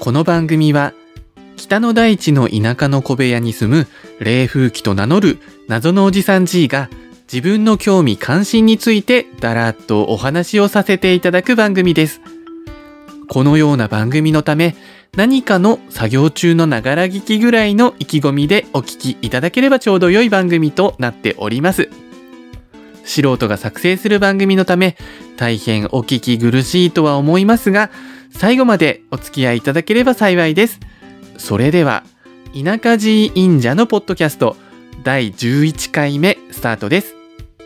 この番組は北の大地の田舎の小部屋に住む冷風鬼と名乗る謎のおじさん G が自分の興味関心についてだらっとお話をさせていただく番組です。このような番組のため何かの作業中のながら聞きぐらいの意気込みでお聞きいただければちょうど良い番組となっております。素人が作成する番組のため大変お聞き苦しいとは思いますが、最後までお付き合いいただければ幸いです。それでは田舎寺忍者のポッドキャスト第11回目スタートです。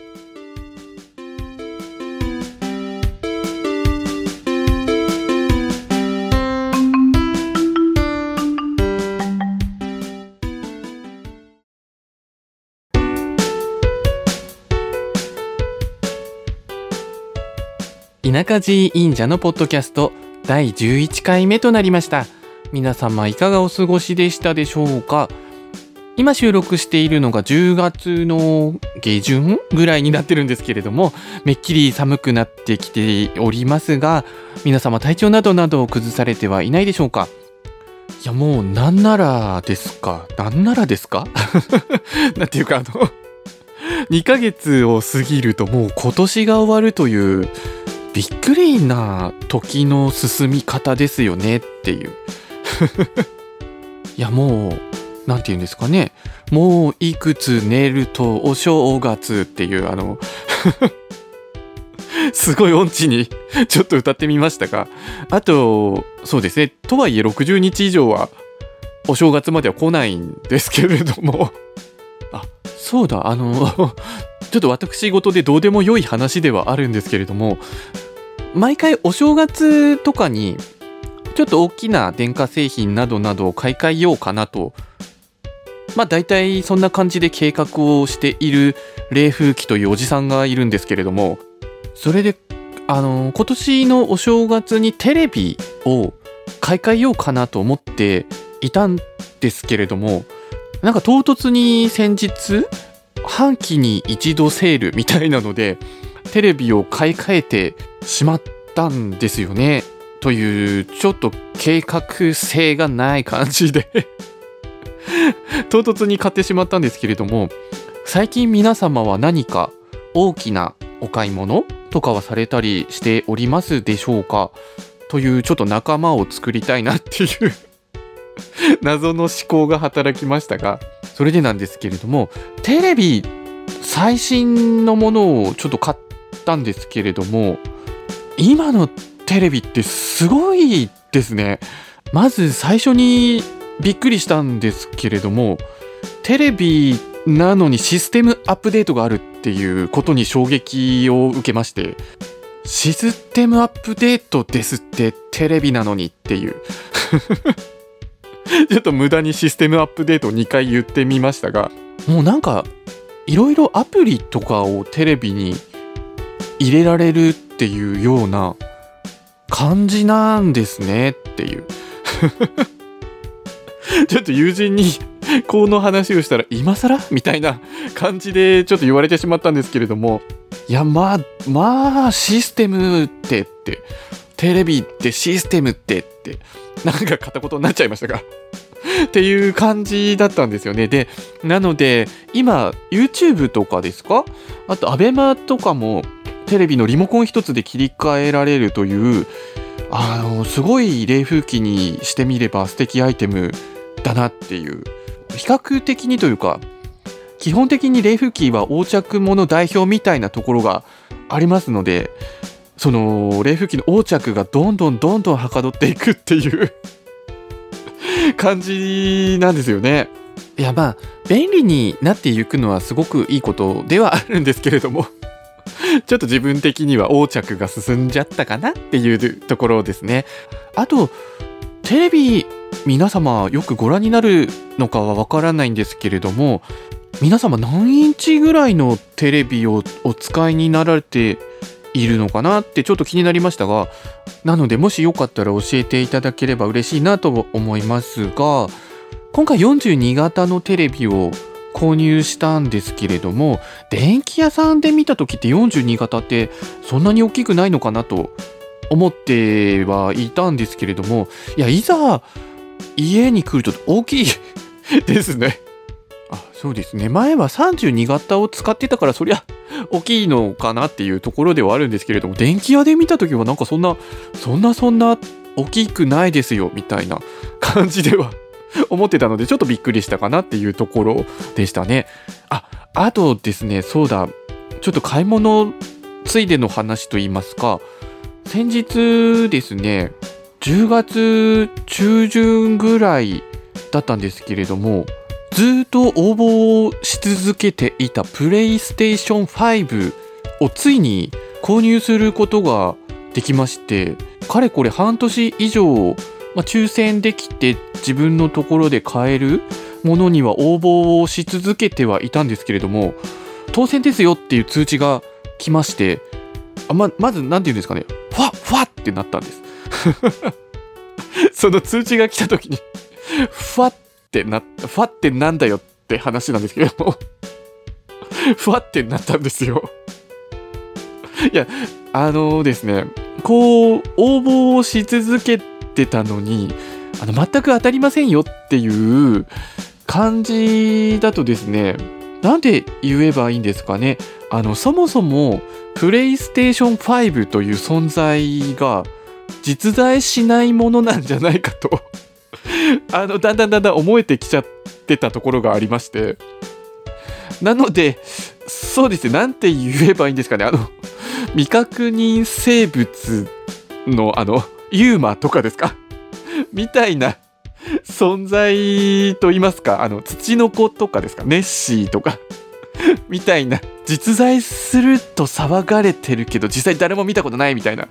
田舎寺忍者のポッドキャスト第11回目となりました。皆様いかがお過ごしでしたでしょうか。今収録しているのが10月の下旬ぐらいになってるんですけれども、めっきり寒くなってきておりますが、皆様体調などを崩されてはいないでしょうか。いやもうなんならですかなんていうか2ヶ月を過ぎるともう今年が終わるというびっくりな時の進み方ですよねっていういやもうなんていうんですかね、もういくつ寝るとお正月っていうすごい音痴にちょっと歌ってみましたが、あとそうですね、とはいえ60日以上はお正月までは来ないんですけれどもそうだちょっと私事でどうでも良い話ではあるんですけれども、毎回お正月とかにちょっと大きな電化製品などを買い替えようかなと、大体そんな感じで計画をしている冷風鬼というおじさんがいるんですけれども、それで今年のお正月にテレビを買い替えようかなと思っていたんですけれども、なんか唐突に先日半期に一度セールみたいなのでテレビを買い替えてしまったんですよね。というちょっと計画性がない感じで唐突に買ってしまったんですけれども、最近皆様は何か大きなお買い物とかはされたりしておりますでしょうか。というちょっと仲間を作りたいなっていう謎の思考が働きましたが、それでなんですけれども、テレビ最新のものをちょっと買ったんですけれども、今のテレビってすごいですね。まず最初にびっくりしたんですけれども、テレビなのにシステムアップデートがあるっていうことに衝撃を受けまして、システムアップデートですってテレビなのにっていうちょっと無駄にシステムアップデートを2回言ってみましたが、もうなんかいろいろアプリとかをテレビに入れられるっていうような感じなんですねっていうちょっと友人にこの話をしたら今更みたいな感じでちょっと言われてしまったんですけれども、いやまあシステムってテレビってシステムってなんか片言になっちゃいましたがっていう感じだったんですよね。でなので今 YouTube とかですか、あと ABEMA とかもテレビのリモコン一つで切り替えられるというすごい冷風鬼にしてみれば素敵アイテムだなっていう、比較的にというか基本的に冷風鬼は横着物代表みたいなところがありますので、その冷風鬼の横着がどんどんはかどっていくっていう感じなんですよね。いや便利になっていくのはすごくいいことではあるんですけれどもちょっと自分的には横着が進んじゃったかなっていうところですね。あとテレビ皆様よくご覧になるのかはわからないんですけれども、皆様何インチぐらいのテレビをお使いになられているのかなってちょっと気になりましたが、なのでもしよかったら教えていただければ嬉しいなと思いますが、今回42型のテレビを購入したんですけれども、電気屋さんで見た時って42型ってそんなに大きくないのかなと思ってはいたんですけれども、いや、いざ家に来ると大きいですね。そうですね。前は32型を使ってたから、そりゃ大きいのかなっていうところではあるんですけれども、電気屋で見た時はなんかそんな大きくないですよみたいな感じでは思ってたので、ちょっとびっくりしたかなっていうところでしたね。あとですね、そうだ、ちょっと買い物ついでの話といいますか、先日ですね、10月中旬ぐらいだったんですけれども、ずっと応募をし続けていたプレイステーション5をついに購入することができまして、かれこれ半年以上、抽選できて自分のところで買えるものには応募をし続けてはいたんですけれども、当選ですよっていう通知が来まして、まず何て言うんですかね、ファってなったんですその通知が来た時にファってなんだよって話なんですけれどもふわってなったんですよ。いや、ですね、こう応募をし続けてたのに全く当たりませんよっていう感じだとですね、なんで言えばいいんですかね。そもそもプレイステーション5という存在が実在しないものなんじゃないかとだんだん思えてきちゃってたところがありまして、なのでそうですね、なんて言えばいいんですかね、未確認生物のユーマとかですかみたいな存在と言いますか、土の子とかですか、ネッシーとかみたいな、実在すると騒がれてるけど実際誰も見たことないみたいな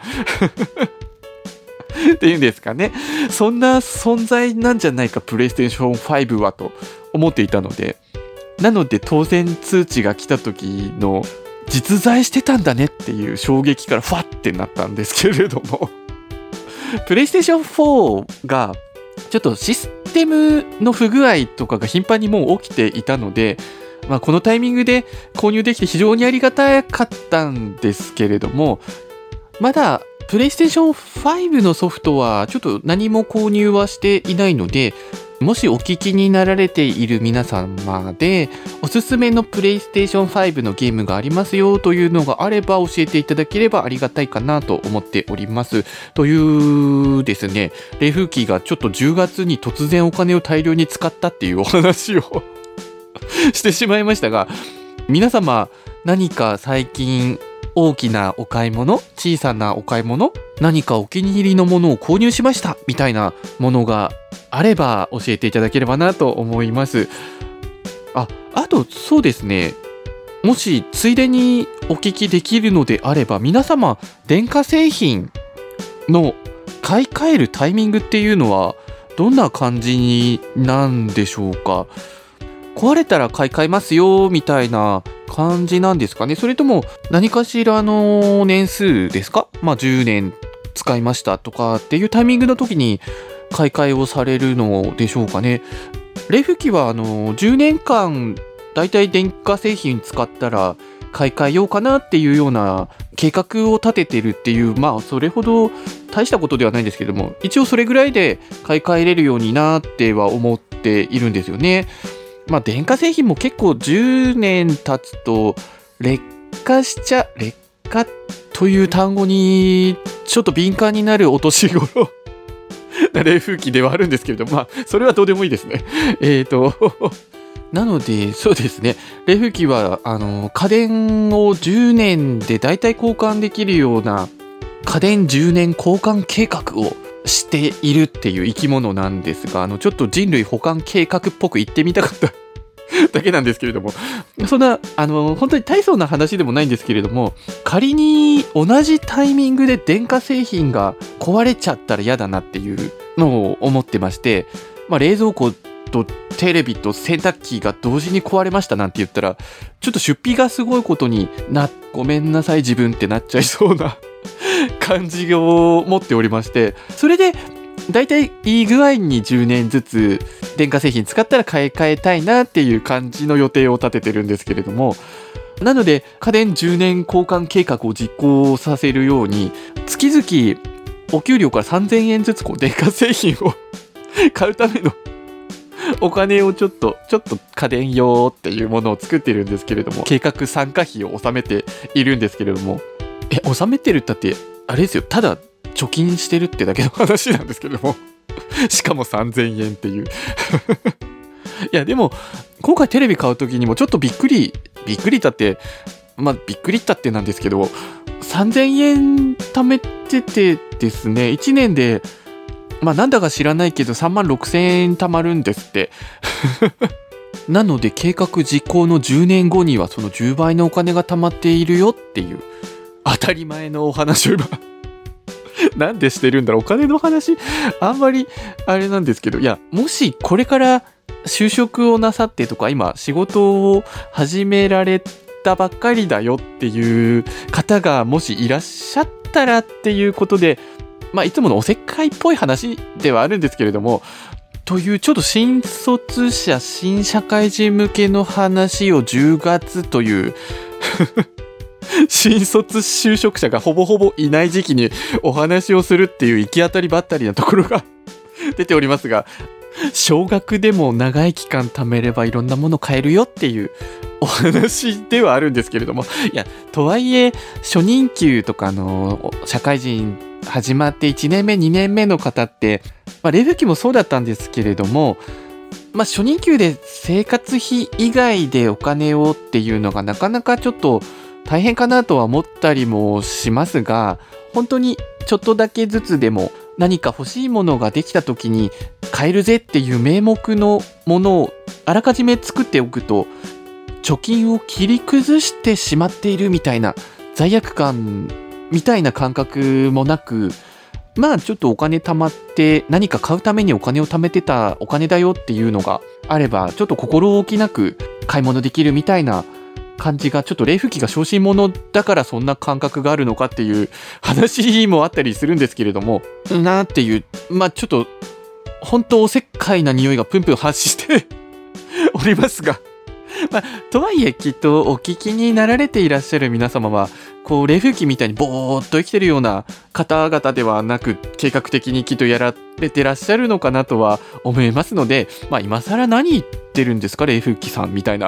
っていうんですかね、そんな存在なんじゃないかプレイステーション5はと思っていたので、なので当選通知が来た時の実在してたんだねっていう衝撃からファってなったんですけれどもプレイステーション4がちょっとシステムの不具合とかが頻繁にもう起きていたので、このタイミングで購入できて非常にありがたかったんですけれども、まだプレイステーション5のソフトはちょっと何も購入はしていないので、もしお聞きになられている皆様でおすすめのプレイステーション5のゲームがありますよというのがあれば教えていただければありがたいかなと思っております。というですね、レフキがちょっと10月に突然お金を大量に使ったっていうお話をしてしまいましたが、皆様何か最近大きなお買い物、小さなお買い物、何かお気に入りのものを購入しましたみたいなものがあれば教えていただければなと思います。あとそうですね、もしついでにお聞きできるのであれば、皆様電化製品の買い替えるタイミングっていうのはどんな感じなんでしょうか。壊れたら買い替えますよみたいな感じなんですかね。それとも何かしらの年数ですか。10年使いましたとかっていうタイミングの時に買い替えをされるのでしょうかね。レフ機は10年間だいたい電化製品使ったら買い替えようかなっていうような計画を立ててるっていう、それほど大したことではないんですけども、一応それぐらいで買い替えれるようになっては思っているんですよね。電化製品も結構10年経つと劣化という単語にちょっと敏感になるお年頃な冷風機ではあるんですけれども、それはどうでもいいですね。なのでそうですね、冷風機は家電を10年でだいたい交換できるような家電10年交換計画をしているっていう生き物なんですが、ちょっと人類補完計画っぽく言ってみたかっただけなんですけれども、そんな本当に大層な話でもないんですけれども、仮に同じタイミングで電化製品が壊れちゃったら嫌だなっていうのを思ってまして、冷蔵庫とテレビと洗濯機が同時に壊れましたなんて言ったら、ちょっと出費がすごいことにごめんなさい自分ってなっちゃいそうな感じを持っておりまして、それでだいたいいい具合に10年ずつ電化製品使ったら買い替えたいなっていう感じの予定を立ててるんですけれども、なので家電10年交換計画を実行させるように月月々お給料から3000円ずつこう電化製品を買うためのお金をちょっと家電用っていうものを作ってるんですけれども、計画参加費を納めているんですけれども、納めてるったってあれですよ、ただ貯金してるってだけの話なんですけれどもしかも3000円っていういやでも今回テレビ買う時にもちょっとびっくりだってびっくりったってなんですけど、3000円貯めててですね、1年でなんだか知らないけど3万6000円貯まるんですってなので計画実行の10年後にはその10倍のお金が貯まっているよっていう当たり前のお話を今なんでしてるんだろう、お金の話あんまりあれなんですけど、いやもしこれから就職をなさってとか今仕事を始められたばっかりだよっていう方がもしいらっしゃったらっていうことで、いつものおせっかいっぽい話ではあるんですけれども、というちょっと新卒者新社会人向けの話を10月という新卒就職者がほぼほぼいない時期にお話をするっていう行き当たりばったりなところが出ておりますが、少額でも長い期間貯めればいろんなもの買えるよっていうお話ではあるんですけれども、いやとはいえ初任給とかの社会人始まって1年目2年目の方って、レフ期もそうだったんですけれども、初任給で生活費以外でお金をっていうのがなかなかちょっと大変かなとは思ったりもしますが、本当にちょっとだけずつでも何か欲しいものができた時に買えるぜっていう名目のものをあらかじめ作っておくと、貯金を切り崩してしまっているみたいな罪悪感みたいな感覚もなく、ちょっとお金貯まって何か買うためにお金を貯めてたお金だよっていうのがあれば、ちょっと心置きなく買い物できるみたいな感じが、ちょっとレフ期が小心者だからそんな感覚があるのかっていう話もあったりするんですけれども、なっていう、ちょっと本当おせっかいな匂いがプンプン発しておりますが、とはいえきっとお聞きになられていらっしゃる皆様はこうレフ期みたいにぼーっと生きてるような方々ではなく、計画的にきっとやられてらっしゃるのかなとは思いますので、今更何言ってるんですかレフ期さんみたいな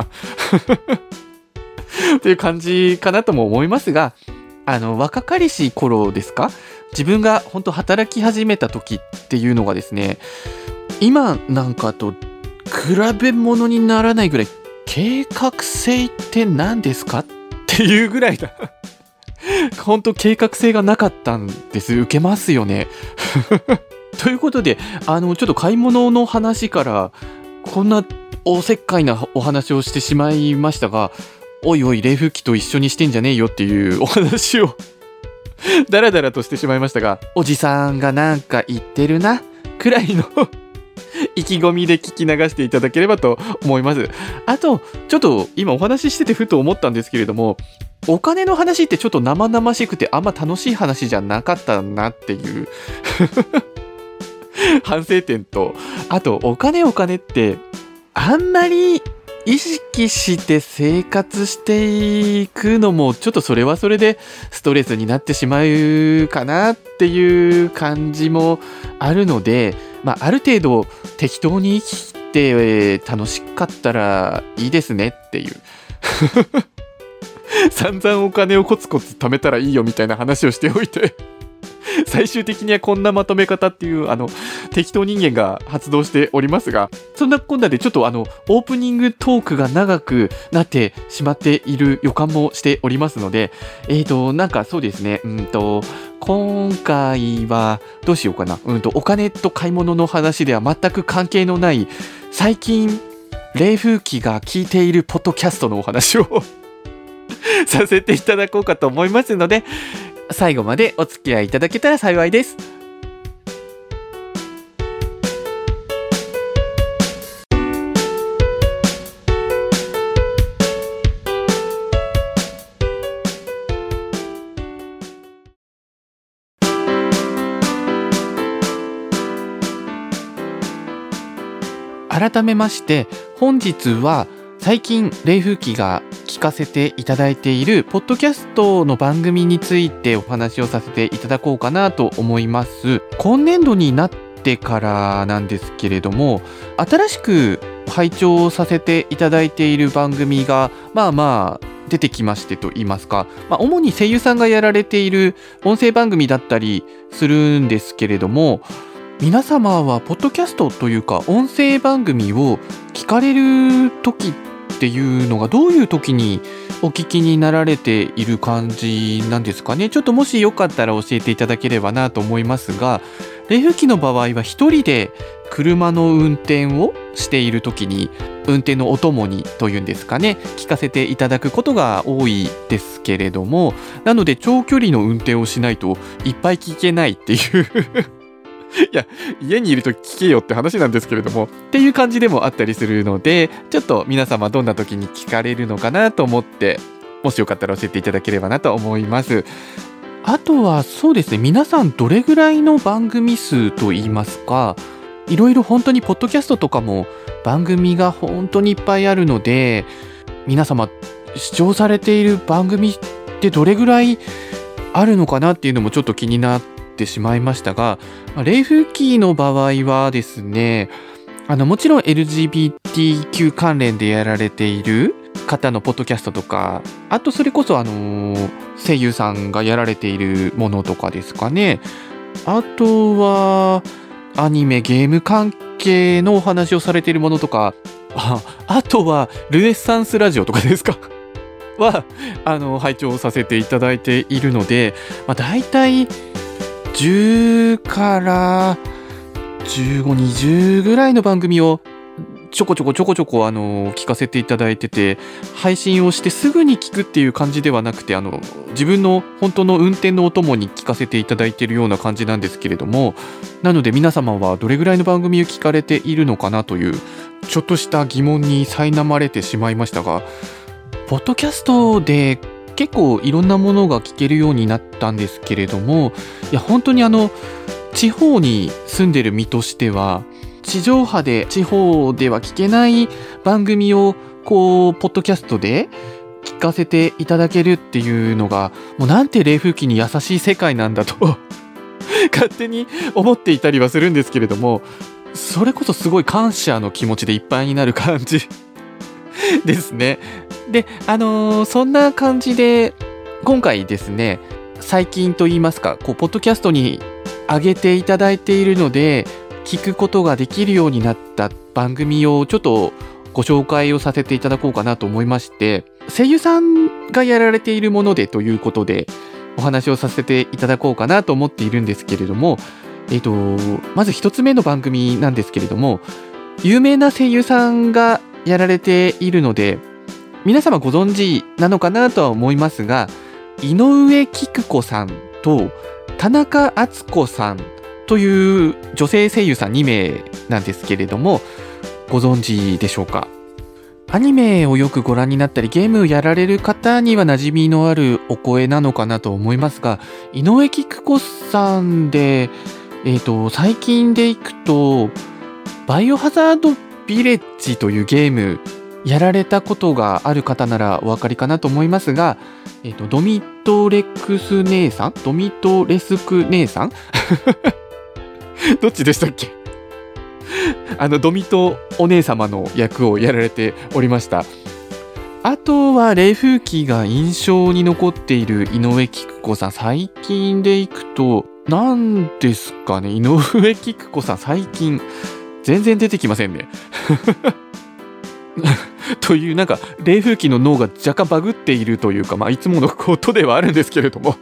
っていう感じかなとも思いますが、若かりし頃ですか、自分が本当働き始めた時っていうのがですね、今なんかと比べ物にならないぐらい計画性って何ですかっていうぐらいだ本当計画性がなかったんです。受けますよねということでちょっと買い物の話からこんなおせっかいなお話をしてしまいましたが、おいおいレフ期と一緒にしてんじゃねえよっていうお話をだらだらとしてしまいましたが、おじさんがなんか言ってるなくらいの意気込みで聞き流していただければと思います。あとちょっと今お話ししててふと思ったんですけれども、お金の話ってちょっと生々しくてあんま楽しい話じゃなかったなっていう反省点と、あとお金ってあんまり意識して生活していくのもちょっとそれはそれでストレスになってしまうかなっていう感じもあるので、ある程度適当に生きて楽しかったらいいですねっていう散々お金をコツコツ貯めたらいいよみたいな話をしておいて最終的にはこんなまとめ方っていう適当人間が発動しておりますが、そんなこんなでちょっとオープニングトークが長くなってしまっている予感もしておりますので、なんかそうですね、今回はどうしようかな、お金と買い物の話では全く関係のない最近冷風機が聞いているポッドキャストのお話をさせていただこうかと思いますので、最後までお付き合いいただけたら幸いです。改めまして本日は最近冷風機が聞かせていただいているポッドキャストの番組についてお話をさせていただこうかなと思います。今年度になってからなんですけれども、新しく拝聴させていただいている番組が出てきましてと言いますか、主に声優さんがやられている音声番組だったりするんですけれども、皆様はポッドキャストというか音声番組を聞かれる時っていうのがどういう時にお聞きになられている感じなんですかね。ちょっともしよかったら教えていただければなと思いますが、冷風機の場合は一人で車の運転をしている時に運転のお供にというんですかね、聞かせていただくことが多いですけれども、なので長距離の運転をしないといっぱい聞けないっていういや、家にいると聞けよって話なんですけれどもっていう感じでもあったりするので、ちょっと皆様どんな時に聞かれるのかなと思って、もしよかったら教えていただければなと思います。あとはそうですね、皆さんどれぐらいの番組数といいますか、いろいろ本当にポッドキャストとかも番組が本当にいっぱいあるので、皆様視聴されている番組ってどれぐらいあるのかなっていうのもちょっと気になってしまいましたが、冷風機の場合はですね、もちろん LGBTQ 関連でやられている方のポッドキャストとか、あとそれこそ声優さんがやられているものとかですかね。あとはアニメゲーム関係のお話をされているものとか、あとはルネッサンスラジオとかですかは拝聴させていただいているので、だいたい10から15、20ぐらいの番組をちょこちょこ聞かせていただいてて、配信をしてすぐに聞くっていう感じではなくて、自分の本当の運転のお供に聞かせていただいているような感じなんですけれども、なので皆様はどれぐらいの番組を聞かれているのかなというちょっとした疑問に苛まれてしまいましたが、ポッドキャストで結構いろんなものが聞けるようになったんですけれども、いや本当に地方に住んでる身としては、地上波で地方では聞けない番組をポッドキャストで聞かせていただけるっていうのが、もうなんて冷風機に優しい世界なんだと勝手に思っていたりはするんですけれども、それこそすごい感謝の気持ちでいっぱいになる感じですね。で、そんな感じで今回ですね、最近と言いますか、ポッドキャストに上げていただいているので聞くことができるようになった番組をちょっとご紹介をさせていただこうかなと思いまして、声優さんがやられているものでということでお話をさせていただこうかなと思っているんですけれども、まず一つ目の番組なんですけれども、有名な声優さんがやられているので皆様ご存知なのかなとは思いますが、井上菊子さんと田中敦子さんという女性声優さん2名なんですけれども、ご存知でしょうか。アニメをよくご覧になったりゲームをやられる方には馴染みのあるお声なのかなと思いますが、井上菊子さんで、最近でいくとバイオハザードビレッジというゲームやられたことがある方ならお分かりかなと思いますが、ドミトレスク姉さんどっちでしたっけドミトお姉様の役をやられておりました。あとは冷風機が印象に残っている井上菊子さん、最近でいくと何ですかね。井上菊子さん最近全然出てきませんねという、なんか冷風機の脳が若干バグっているというか、いつものことではあるんですけれども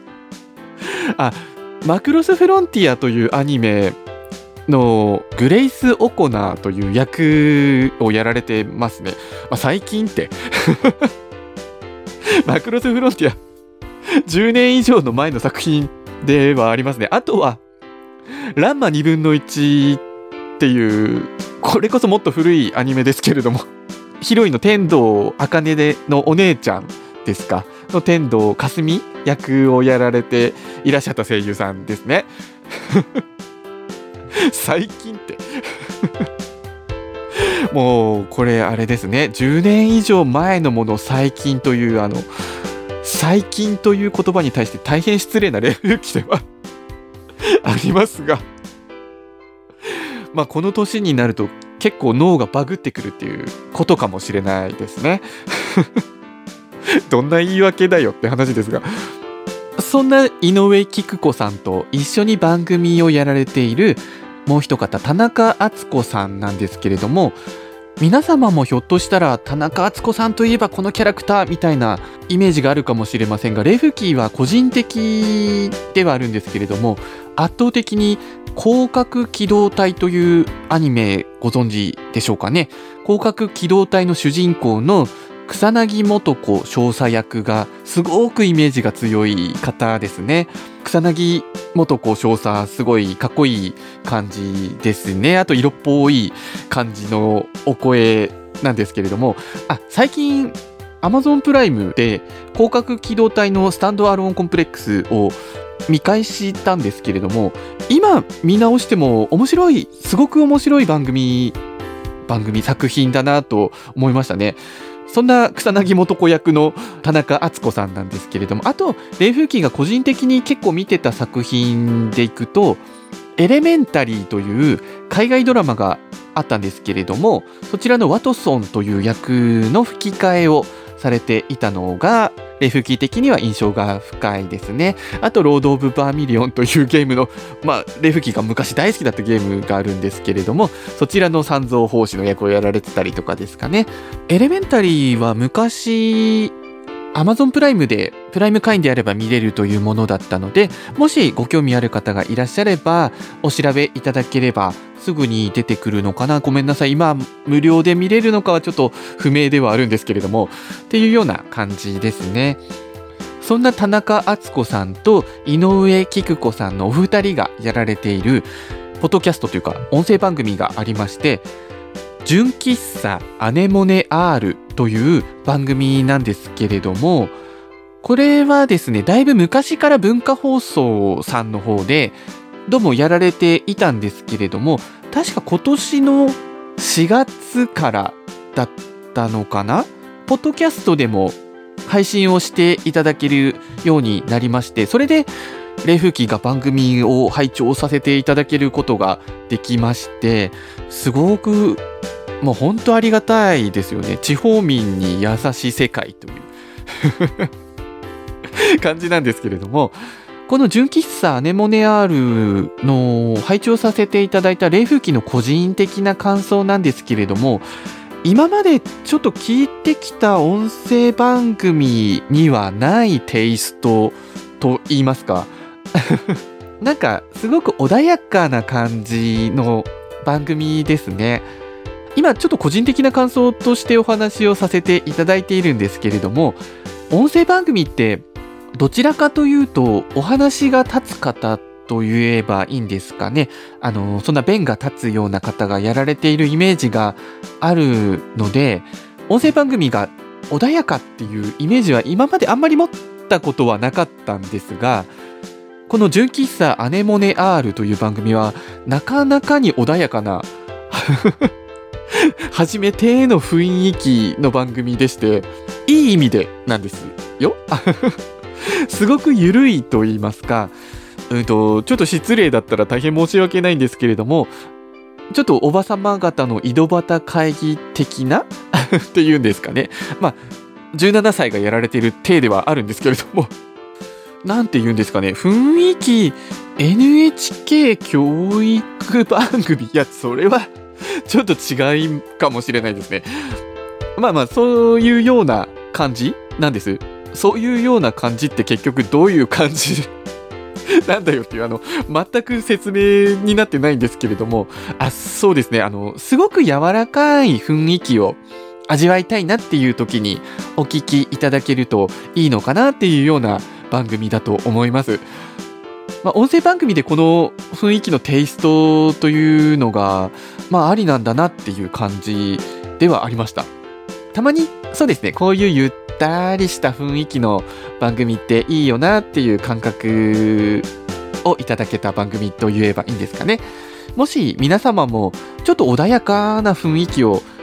マクロスフロンティアというアニメのグレイス・オコナーという役をやられてますね。最近ってマクロスフロンティア10年以上の前の作品ではありますね。あとはランマ2分の1っていう、これこそもっと古いアニメですけれども、ヒロインの天童茜のお姉ちゃんですかの天童かすみ役をやられていらっしゃった声優さんですね最近ってもうこれあれですね、10年以上前のものを最近という最近という言葉に対して大変失礼な例吹きではありますが、まあこの年になると結構脳がバグってくるっていうことかもしれないですねどんな言い訳だよって話ですが、そんな井上菊子さんと一緒に番組をやられているもう一方、田中敦子さんなんですけれども、皆様もひょっとしたら田中敦子さんといえばこのキャラクターみたいなイメージがあるかもしれませんが、レフキは個人的ではあるんですけれども、圧倒的に広角機動隊というアニメご存知でしょうかね。広角機動隊の主人公の草薙素子少佐役がすごくイメージが強い方ですね。草薙素子少佐、すごいかっこいい感じですね。あと色っぽい感じのお声なんですけれども、最近 Amazon プライムで広角機動隊のスタンドアローンコンプレックスを見返したんですけれども、今見直しても面白い、すごく面白い番組作品だなと思いましたね。そんな草薙素子役の田中敦子さんなんですけれども、あとレイフーキーが個人的に結構見てた作品でいくと、エレメンタリーという海外ドラマがあったんですけれども、そちらのワトソンという役の吹き替えをされていたのがレイフーキー的には印象が深いですね。あとロード・オブ・バーミリオンというゲームの、レイフーキーが昔大好きだったゲームがあるんですけれども、そちらの三蔵法師の役をやられてたりとかですかね。エレメンタリーは昔Amazon プライムでプライム会員であれば見れるというものだったので、もしご興味ある方がいらっしゃればお調べいただければすぐに出てくるのかな。ごめんなさい、今無料で見れるのかはちょっと不明ではあるんですけれども、っていうような感じですね。そんな田中敦子さんと井上菊子さんのお二人がやられているポッドキャストというか音声番組がありまして、純喫茶アネモネ R という番組なんですけれども、これはですね、だいぶ昔から文化放送さんの方でどうもやられていたんですけれども、確か今年の4月からだったのかな。ポッドキャストでも配信をしていただけるようになりまして、それでレイフーキーが番組を拝聴させていただけることができまして、すごくもう本当ありがたいですよね。地方民に優しい世界という感じなんですけれども、この純喫茶アネモネ R の拝聴させていただいたレイフーキーの個人的な感想なんですけれども、今までちょっと聞いてきた音声番組にはないテイストと言いますかなんかすごく穏やかな感じの番組ですね。今ちょっと個人的な感想としてお話をさせていただいているんですけれども、音声番組ってどちらかというとお話が立つ方と言えばいいんですかね。そんな弁が立つような方がやられているイメージがあるので、音声番組が穏やかっていうイメージは今まであんまり持ったことはなかったんですが、この純喫茶アネモネ R という番組はなかなかに穏やかな初めての雰囲気の番組でして、いい意味でなんですよすごく緩いと言いますか、ちょっと失礼だったら大変申し訳ないんですけれども、ちょっとおばさま方の井戸端会議的なっていうんですかね。17歳がやられている体ではあるんですけれども、なんて言うんですかね、雰囲気 NHK 教育番組、いやそれはちょっと違いかもしれないですね。そういうような感じなんです。そういうような感じって結局どういう感じなんだよっていう全く説明になってないんですけれども、そうですね、すごく柔らかい雰囲気を味わいたいなっていう時にお聞きいただけるといいのかなっていうような番組だと思います。音声番組でこの雰囲気のテイストというのがありなんだなっていう感じではありました。たまにそうですね、こういうゆったりした雰囲気の番組っていいよなっていう感覚をいただけた番組と言えばいいんですかね。もし皆様もちょっと穏やかな雰囲気を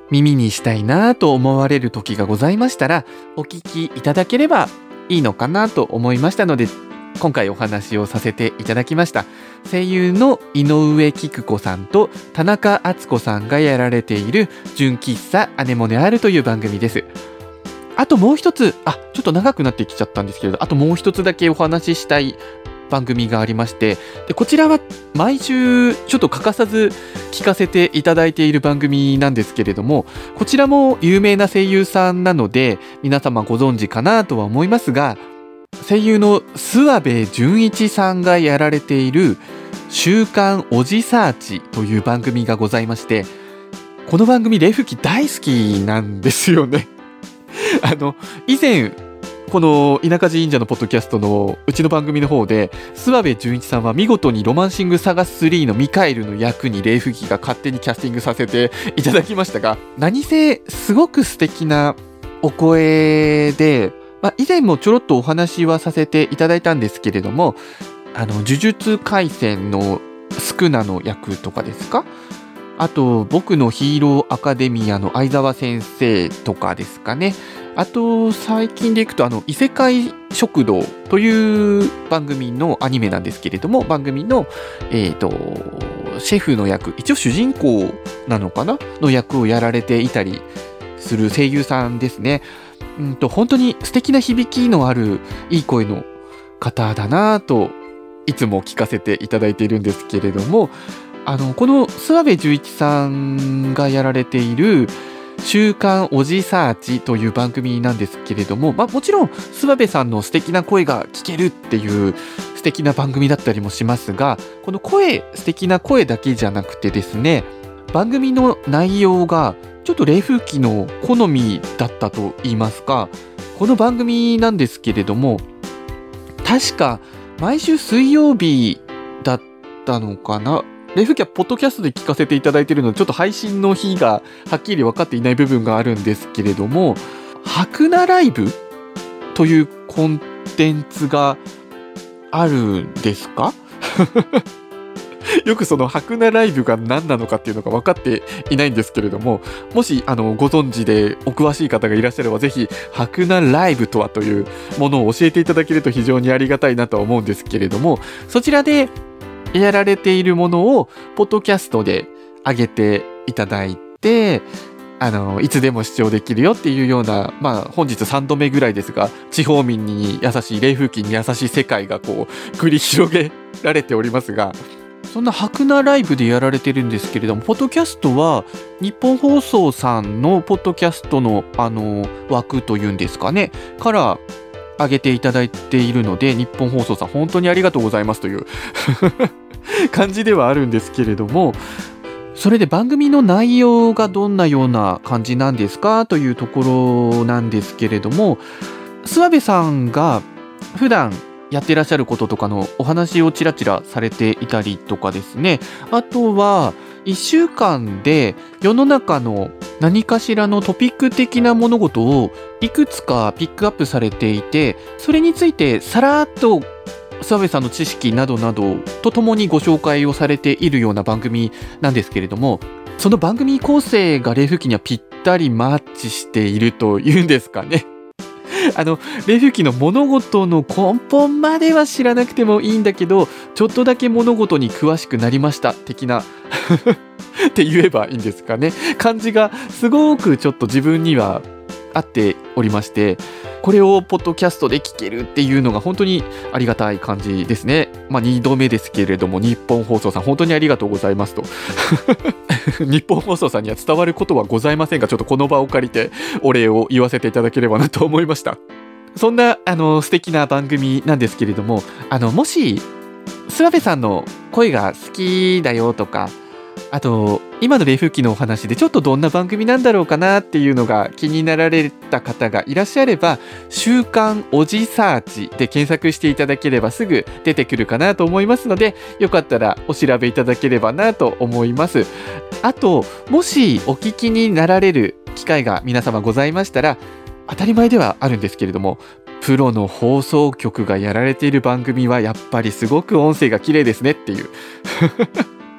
耳にしたいなと思われる時がございましたら、お聞きいただければいいのかなと思いましたので、今回お話をさせていただきました。声優の井上菊子さんと田中敦子さんがやられている純喫茶アネモネ R という番組です。あともう一つ、ちょっと長くなってきちゃったんですけれど、あともう一つだけお話ししたい番組がありまして、でこちらは毎週ちょっと欠かさず聞かせていただいている番組なんですけれども、こちらも有名な声優さんなので皆様ご存知かなとは思いますが、声優の諏訪部純一さんがやられている週刊おじサーチという番組がございまして、この番組レフキ大好きなんですよね。以前この田舎寺忍者のポッドキャストのうちの番組の方で、諏訪部純一さんは見事にロマンシングサガ3のミカエルの役にレイフキが勝手にキャスティングさせていただきましたが、何せすごく素敵なお声で、以前もちょろっとお話はさせていただいたんですけれども、呪術廻戦のスクナの役とかですか、あと僕のヒーローアカデミアの相沢先生とかですかね。あと最近でいくと異世界食堂という番組のアニメなんですけれども、番組のシェフの役、一応主人公なのかなの役をやられていたりする声優さんですね。本当に素敵な響きのあるいい声の方だなといつも聞かせていただいているんですけれども、この諏訪部純一さんがやられている週刊おじサーチという番組なんですけれども、もちろん諏訪部さんの素敵な声が聞けるっていう素敵な番組だったりもしますが、この素敵な声だけじゃなくてですね、番組の内容がちょっと冷風紀の好みだったと言いますか、この番組なんですけれども、確か毎週水曜日だったのかな。冷風紀はポッドキャストで聞かせていただいているので、ちょっと配信の日がはっきり分かっていない部分があるんですけれども、白菜ライブというコンテンツがあるんですかよくその白菜ライブが何なのかっていうのが分かっていないんですけれども、もしご存知でお詳しい方がいらっしゃれば、ぜひ白菜ライブとはというものを教えていただけると非常にありがたいなとは思うんですけれども、そちらでやられているものをポッドキャストで上げていただいて、いつでも視聴できるよっていうような、本日3度目ぐらいですが、地方民に優しい、冷風紀に優しい世界が繰り広げられておりますが、そんな白菜ライブでやられてるんですけれども、ポッドキャストは日本放送さんのポッドキャストの枠というんですかねから上げていただいているので、日本放送さん本当にありがとうございますという感じではあるんですけれども、それで番組の内容がどんなような感じなんですかというところなんですけれども、諏訪部さんが普段やってらっしゃることとかのお話をちらちらされていたりとかですね、あとは1週間で世の中の何かしらのトピック的な物事をいくつかピックアップされていて、それについてさらっと諏訪部さんの知識などなどとともにご紹介をされているような番組なんですけれども、その番組構成が冷風紀にはぴったりマッチしているというんですかね。冷風紀の物事の根本までは知らなくてもいいんだけど、ちょっとだけ物事に詳しくなりました的なって言えばいいんですかね、感じがすごくちょっと自分には合っておりまして、これをポッドキャストで聞けるっていうのが本当にありがたい感じですね。2度目ですけれども、日本放送さん本当にありがとうございますと日本放送さんには伝わることはございませんが、ちょっとこの場を借りてお礼を言わせていただければなと思いました。そんな素敵な番組なんですけれども、もし諏訪部さんの声が好きだよとか、あと今の冷風紀のお話でちょっとどんな番組なんだろうかなっていうのが気になられた方がいらっしゃれば、週刊おじサーチで検索していただければすぐ出てくるかなと思いますので、よかったらお調べいただければなと思います。あともしお聞きになられる機会が皆様ございましたら、当たり前ではあるんですけれども、プロの放送局がやられている番組はやっぱりすごく音声が綺麗ですねっていう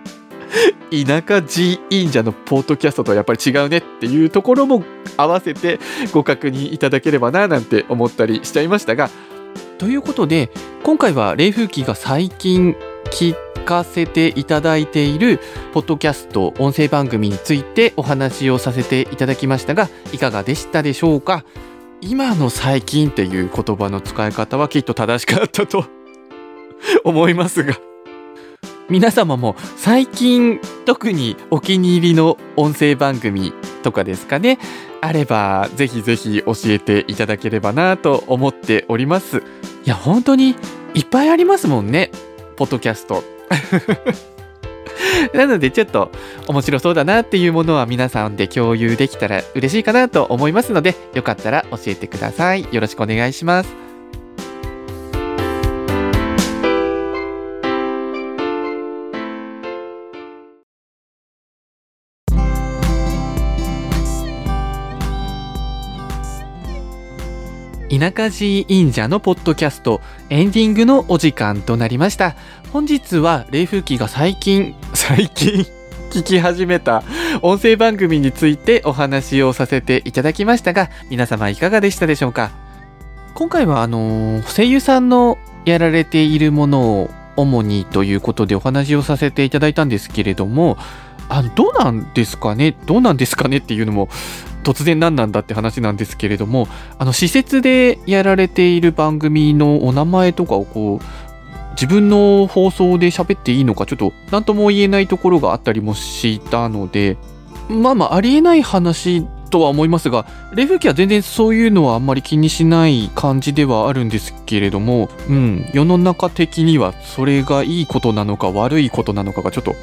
田舎寺院者のポッドキャストとはやっぱり違うねっていうところも合わせてご確認いただければななんて思ったりしちゃいましたが、ということで今回は冷風機が最近聞かせていただいているポッドキャスト音声番組についてお話をさせていただきましたが、いかがでしたでしょうか。今の最近っていう言葉の使い方はきっと正しかったと思いますが、皆様も最近特にお気に入りの音声番組とかですかね、あればぜひぜひ教えていただければなと思っております。いや本当にいっぱいありますもんね、ポッドキャストなのでちょっと面白そうだなっていうものは皆さんで共有できたら嬉しいかなと思いますので、よかったら教えてください。よろしくお願いします。田舎寺院者のポッドキャストエンディングのお時間となりました。本日は冷風機が最近聞き始めた音声番組についてお話をさせていただきましたが、皆様いかがでしたでしょうか。今回は声優さんのやられているものを主にということでお話をさせていただいたんですけれども、どうなんですかねっていうのも突然何なんだって話なんですけれども、施設でやられている番組のお名前とかをこう自分の放送で喋っていいのかちょっと何とも言えないところがあったりもしたので、ありえない話とは思いますが、冷風機は全然そういうのはあんまり気にしない感じではあるんですけれども、世の中的にはそれがいいことなのか悪いことなのかがちょっと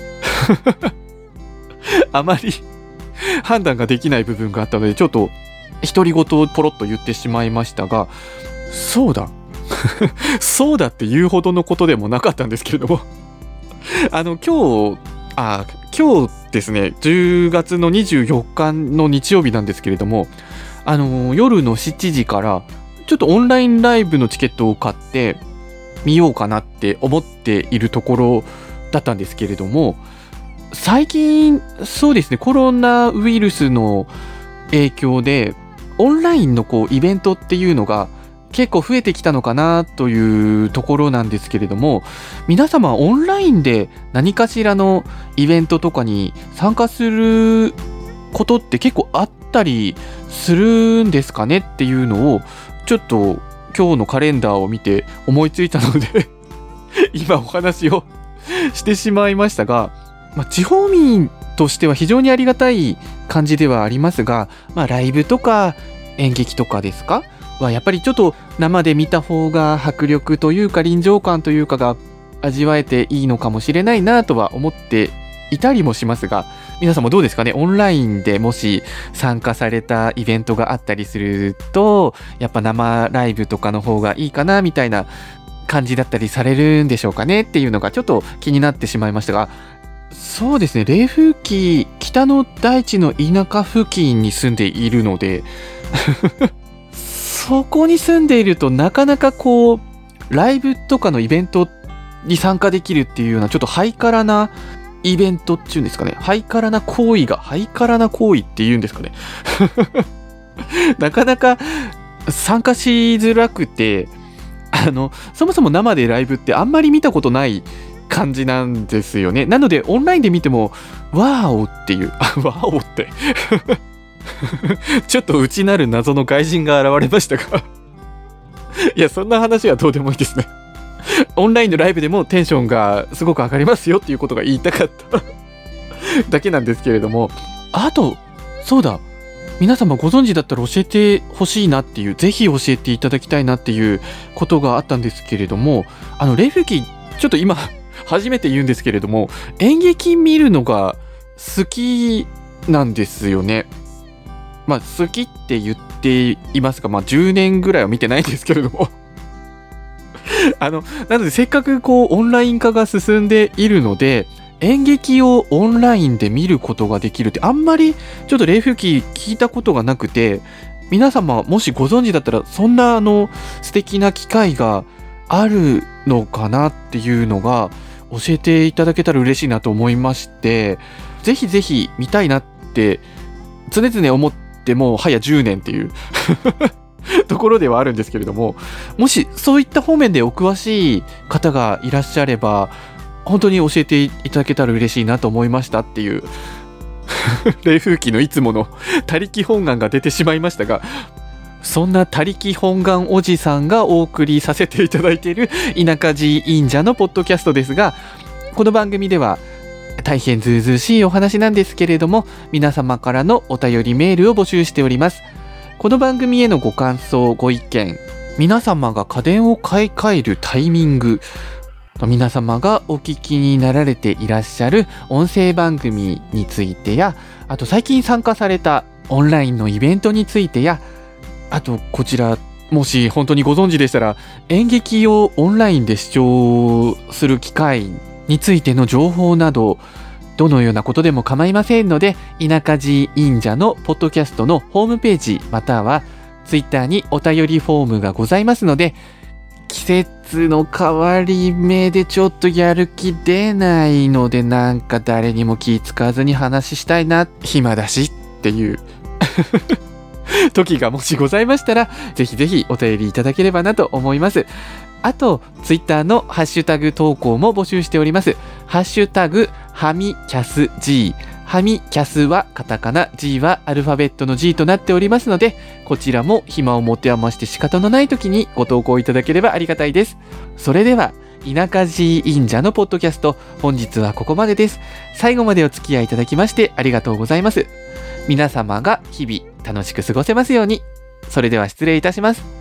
あまり判断ができない部分があったので、ちょっと独り言をポロッと言ってしまいましたが、そうだそうだって言うほどのことでもなかったんですけれども今日ですね、10月の24日の日曜日なんですけれども、夜の7時からちょっとオンラインライブのチケットを買ってみようかなって思っているところだったんですけれども、最近そうですね、コロナウイルスの影響でオンラインのイベントっていうのが結構増えてきたのかなというところなんですけれども、皆様オンラインで何かしらのイベントとかに参加することって結構あったりするんですかねっていうのをちょっと今日のカレンダーを見て思いついたので今お話をしてしまいましたが、地方民としては非常にありがたい感じではありますが、ライブとか演劇とかですかはやっぱりちょっと生で見た方が迫力というか臨場感というかが味わえていいのかもしれないなとは思っていたりもしますが、皆さんもどうですかね。オンラインでもし参加されたイベントがあったりすると、やっぱ生ライブとかの方がいいかなみたいな感じだったりされるんでしょうかねっていうのがちょっと気になってしまいましたが、そうですね、冷風機北の大地の田舎付近に住んでいるのでそこに住んでいるとなかなかライブとかのイベントに参加できるっていうようなちょっとハイカラなイベントっていうんですかね、ハイカラな行為っていうんですかねなかなか参加しづらくて、そもそも生でライブってあんまり見たことない感じなんですよね。なのでオンラインで見てもワーオっていうワーオってちょっと内なる謎の外人が現れましたがいやそんな話はどうでもいいですねオンラインのライブでもテンションがすごく上がりますよっていうことが言いたかっただけなんですけれども、あとそうだ、皆様ご存知だったら教えてほしいなっていう、ぜひ教えていただきたいなっていうことがあったんですけれども、冷風機ちょっと今初めて言うんですけれども、演劇見るのが好きなんですよね。好きって言っていますが、10年ぐらいは見てないんですけれどもなのでせっかくオンライン化が進んでいるので、演劇をオンラインで見ることができるってあんまりちょっと冷風機聞いたことがなくて、皆様もしご存知だったらそんな素敵な機会があるのかなっていうのが教えていただけたら嬉しいなと思いまして、ぜひぜひ見たいなって常々思っても早10年っていうところではあるんですけれども、もしそういった方面でお詳しい方がいらっしゃれば本当に教えていただけたら嬉しいなと思いましたっていう冷風紀のいつもの他力本願が出てしまいましたが、そんな他力本願おじさんがお送りさせていただいている田舎寺院者のポッドキャストですが、この番組では大変ずうずうしいお話なんですけれども、皆様からのお便りメールを募集しております。この番組へのご感想ご意見、皆様が家電を買い替えるタイミング、皆様がお聞きになられていらっしゃる音声番組についてや、あと最近参加されたオンラインのイベントについてや、あとこちらもし本当にご存知でしたら演劇をオンラインで視聴する機会についての情報など、どのようなことでも構いませんので、田舎寺院者のポッドキャストのホームページまたはツイッターにお便りフォームがございますので、季節の変わり目でちょっとやる気出ないので、なんか誰にも気使わずに話したいな、暇だしっていう時がもしございましたら、ぜひぜひお便りいただければなと思います。あとツイッターのハッシュタグ投稿も募集しております。ハッシュタグはみキャス G、 はみキャスはカタカナ、 G はアルファベットの G となっておりますので、こちらも暇を持て余して仕方のない時にご投稿いただければありがたいです。それでは田舎寺院者のポッドキャスト、本日はここまでです。最後までお付き合いいただきましてありがとうございます。皆様が日々楽しく過ごせますように。それでは失礼いたします。